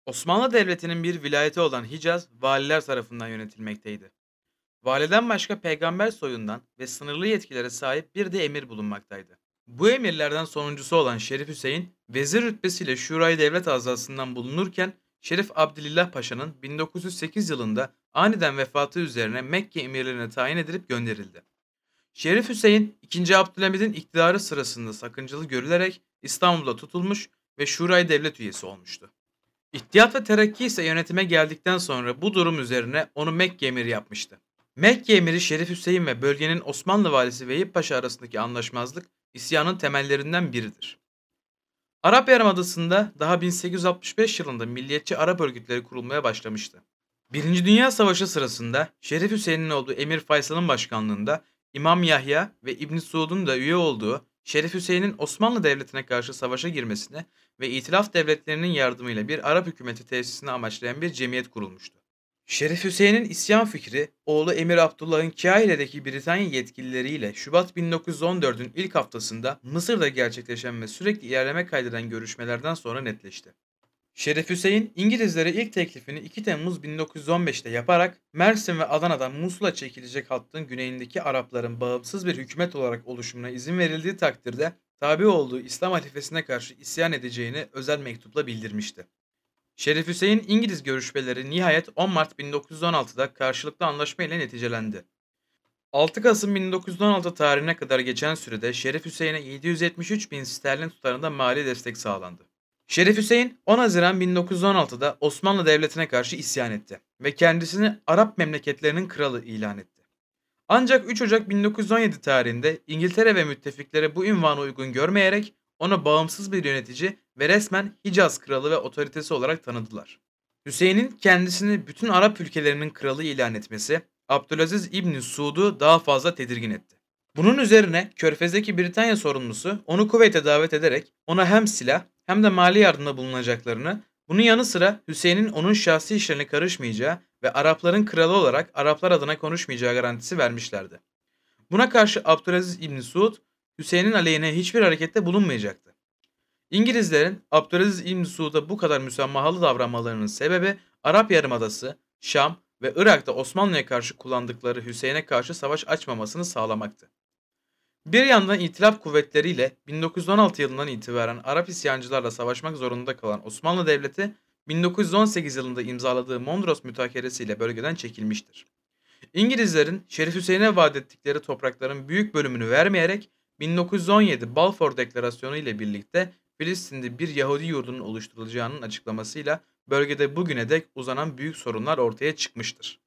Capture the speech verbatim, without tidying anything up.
Osmanlı Devleti'nin bir vilayeti olan Hicaz, valiler tarafından yönetilmekteydi. Validen başka peygamber soyundan ve sınırlı yetkilere sahip bir de emir bulunmaktaydı. Bu emirlerden sonuncusu olan Şerif Hüseyin, vezir rütbesiyle Şurayı Devlet azasından bulunurken, Şerif Abdülillah Paşa'nın bin dokuz yüz sekiz yılında aniden vefatı üzerine Mekke emirlerine tayin edilip gönderildi. Şerif Hüseyin, ikinci. Abdülhamid'in iktidarı sırasında sakıncalı görülerek İstanbul'da tutulmuş ve Şurayı Devlet üyesi olmuştu. İhtiyat ve Terakki ise yönetime geldikten sonra bu durum üzerine onu Mekke emiri yapmıştı. Mekke emiri Şerif Hüseyin ve bölgenin Osmanlı valisi Vehip Paşa arasındaki anlaşmazlık isyanın temellerinden biridir. Arap Yarımadası'nda daha bin sekiz yüz altmış beş yılında milliyetçi Arap örgütleri kurulmaya başlamıştı. Birinci Dünya Savaşı sırasında Şerif Hüseyin'in olduğu Emir Faysal'ın başkanlığında İmam Yahya ve İbn Suud'un da üye olduğu Şerif Hüseyin'in Osmanlı Devleti'ne karşı savaşa girmesini ve İtilaf devletlerinin yardımıyla bir Arap hükümeti tesisini amaçlayan bir cemiyet kurulmuştu. Şerif Hüseyin'in isyan fikri, oğlu Emir Abdullah'ın Kahire'deki Britanya yetkilileriyle Şubat bin dokuz yüz on dördün ilk haftasında Mısır'da gerçekleşen ve sürekli ilerleme kaydeden görüşmelerden sonra netleşti. Şerif Hüseyin, İngilizlere ilk teklifini iki Temmuz bin dokuz yüz on beşte yaparak Mersin ve Adana'dan Musul'a çekilecek hattın güneyindeki Arapların bağımsız bir hükümet olarak oluşumuna izin verildiği takdirde tabi olduğu İslam halifesine karşı isyan edeceğini özel mektupla bildirmişti. Şerif Hüseyin İngiliz görüşmeleri nihayet on Mart bin dokuz yüz on altıda karşılıklı anlaşma ile neticelendi. altı Kasım bin dokuz yüz on altı tarihine kadar geçen sürede Şerif Hüseyin'e yedi yüz yetmiş üç bin sterlin tutarında mali destek sağlandı. Şerif Hüseyin on Haziran bin dokuz yüz on altıda Osmanlı Devleti'ne karşı isyan etti ve kendisini Arap memleketlerinin kralı ilan etti. Ancak üç Ocak bin dokuz yüz on yedi tarihinde İngiltere ve müttefikleri bu ünvanı uygun görmeyerek onu bağımsız bir yönetici ve resmen Hicaz kralı ve otoritesi olarak tanıdılar. Hüseyin'in kendisini bütün Arap ülkelerinin kralı ilan etmesi Abdülaziz İbni Suud'u daha fazla tedirgin etti. Bunun üzerine Körfez'deki Britanya sorumlusu onu Kuveyt'e davet ederek ona hem silah hem de mali yardımda bulunacaklarını, bunun yanı sıra Hüseyin'in onun şahsi işlerine karışmayacağı ve Arapların kralı olarak Araplar adına konuşmayacağı garantisi vermişlerdi. Buna karşı Abdülaziz İbni Suud, Hüseyin'in aleyhine hiçbir harekette bulunmayacaktı. İngilizlerin Abdülaziz İbni Suud'a bu kadar müsamahalı davranmalarının sebebi Arap Yarımadası, Şam ve Irak'ta Osmanlı'ya karşı kullandıkları Hüseyin'e karşı savaş açmamasını sağlamaktı. Bir yandan İtilaf kuvvetleriyle bin dokuz yüz on altı yılından itibaren Arap isyancılarla savaşmak zorunda kalan Osmanlı Devleti, bin dokuz yüz on sekiz yılında imzaladığı Mondros Mütakeresi ile bölgeden çekilmiştir. İngilizlerin Şerif Hüseyin'e vaat ettikleri toprakların büyük bölümünü vermeyerek bin dokuz yüz on yedi Balfour Deklarasyonu ile birlikte Filistin'de bir Yahudi yurdunun oluşturulacağının açıklamasıyla bölgede bugüne dek uzanan büyük sorunlar ortaya çıkmıştır.